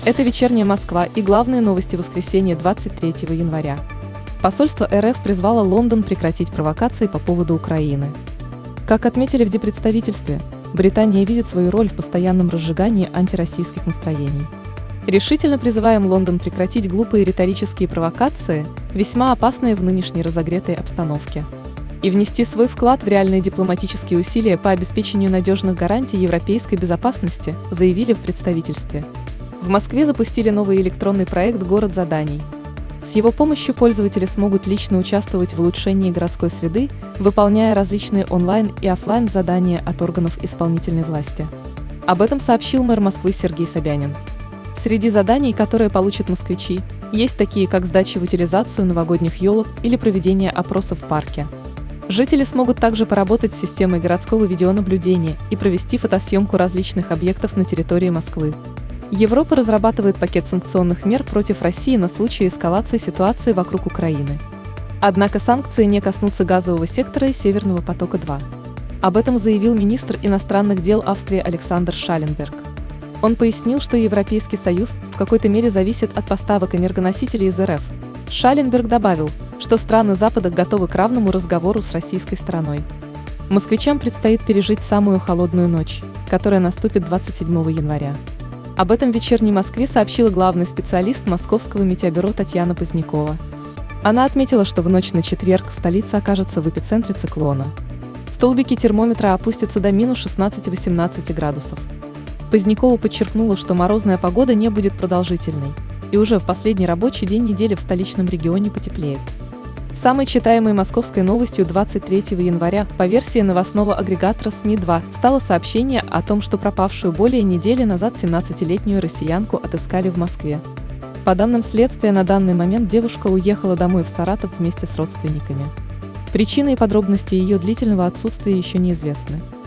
Это «Вечерняя Москва» и главные новости воскресенья 23 января. Посольство РФ призвало Лондон прекратить провокации по поводу Украины. Как отметили в диппредставительстве, Британия видит свою роль в постоянном разжигании антироссийских настроений. Решительно призываем Лондон прекратить глупые риторические провокации, весьма опасные в нынешней разогретой обстановке, и внести свой вклад в реальные дипломатические усилия по обеспечению надежных гарантий европейской безопасности, заявили в представительстве. В Москве запустили новый электронный проект «Город заданий». С его помощью пользователи смогут лично участвовать в улучшении городской среды, выполняя различные онлайн и офлайн задания от органов исполнительной власти. Об этом сообщил мэр Москвы Сергей Собянин. Среди заданий, которые получат москвичи, есть такие, как сдача в утилизацию новогодних елок или проведение опросов в парке. Жители смогут также поработать с системой городского видеонаблюдения и провести фотосъемку различных объектов на территории Москвы. Европа разрабатывает пакет санкционных мер против России на случай эскалации ситуации вокруг Украины. Однако санкции не коснутся газового сектора и Северного потока-2. Об этом заявил министр иностранных дел Австрии Александр Шалленберг. Он пояснил, что Европейский Союз в какой-то мере зависит от поставок энергоносителей из РФ. Шалленберг добавил, что страны Запада готовы к равному разговору с российской стороной. Москвичам предстоит пережить самую холодную ночь, которая наступит 27 января. Об этом в «Вечерней Москве» сообщила главный специалист Московского метеобюро Татьяна Позднякова. Она отметила, что в ночь на четверг столица окажется в эпицентре циклона. Столбики термометра опустятся до минус 16-18 градусов. Позднякова подчеркнула, что морозная погода не будет продолжительной, и уже в последний рабочий день недели в столичном регионе потеплеет. Самой читаемой московской новостью 23 января по версии новостного агрегатора СМИ-2 стало сообщение о том, что пропавшую более недели назад 17-летнюю россиянку отыскали в Москве. По данным следствия, на данный момент девушка уехала домой в Саратов вместе с родственниками. Причины и подробности ее длительного отсутствия еще неизвестны.